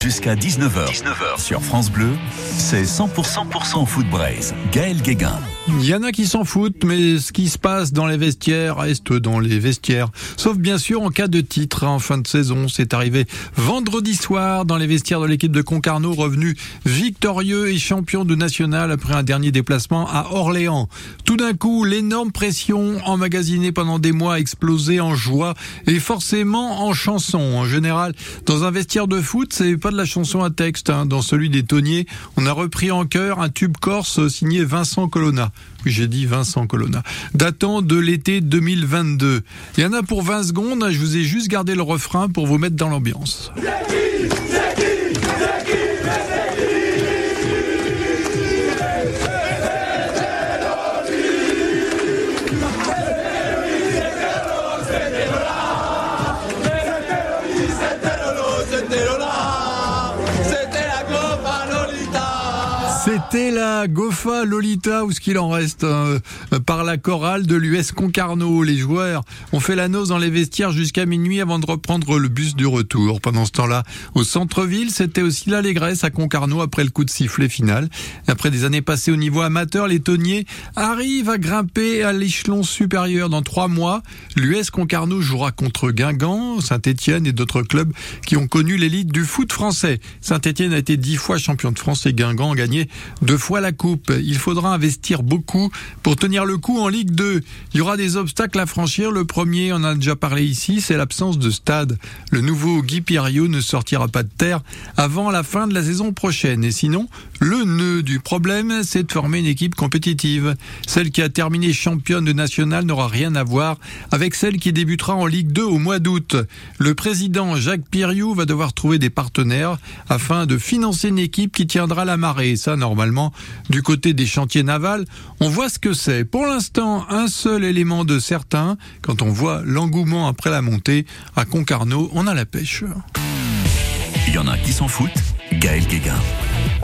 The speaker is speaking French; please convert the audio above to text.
Jusqu'à 19h. Sur France Bleu, c'est 100% foot Braise. Gaël Guéguin. Il y en a qui s'en foutent, mais ce qui se passe dans les vestiaires reste dans les vestiaires. Sauf bien sûr en cas de titre en fin de saison. C'est arrivé vendredi soir dans les vestiaires de l'équipe de Concarneau, revenu victorieux et champion de national après un dernier déplacement à Orléans. Tout d'un coup, l'énorme pression emmagasinée pendant des mois a explosé en joie et forcément en chanson. En général, dans un vestiaire de foot, c'est pas de la chanson à texte. Dans celui des Tonniers, on a repris en chœur un tube corse signé Vincent Colonna. Oui, j'ai dit Vincent Colonna. Datant de l'été 2022. Il y en a pour 20 secondes. Je vous ai juste gardé le refrain pour vous mettre dans l'ambiance. C'était la Gofa Lolita, ou ce qu'il en reste, par la chorale de l'US Concarneau. Les joueurs ont fait la noce dans les vestiaires jusqu'à minuit avant de reprendre le bus du retour. Pendant ce temps-là, au centre-ville, c'était aussi l'allégresse à Concarneau après le coup de sifflet final. Après des années passées au niveau amateur, les Tonniers arrivent à grimper à l'échelon supérieur. Dans 3 mois, l'US Concarneau jouera contre Guingamp, Saint-Étienne et d'autres clubs qui ont connu l'élite du foot français. Saint-Étienne a été 10 fois champion de France et Guingamp a gagné 2 fois la coupe. Il faudra investir beaucoup pour tenir le coup en Ligue 2. Il y aura des obstacles à franchir. Le premier, on en a déjà parlé ici, c'est l'absence de stade. Le nouveau Guy Pierriot ne sortira pas de terre avant la fin de la saison prochaine. Et sinon, le nœud du problème, c'est de former une équipe compétitive. Celle qui a terminé championne de national n'aura rien à voir avec celle qui débutera en Ligue 2 au mois d'août. Le président Jacques Pierriot va devoir trouver des partenaires afin de financer une équipe qui tiendra la marée. Ça, normalement, du côté des chantiers navals, on voit ce que c'est. Pour l'instant, un seul élément de certain, quand on voit l'engouement après la montée, à Concarneau, on a la pêche. Il y en a qui s'en foutent. Gaël Guéguin.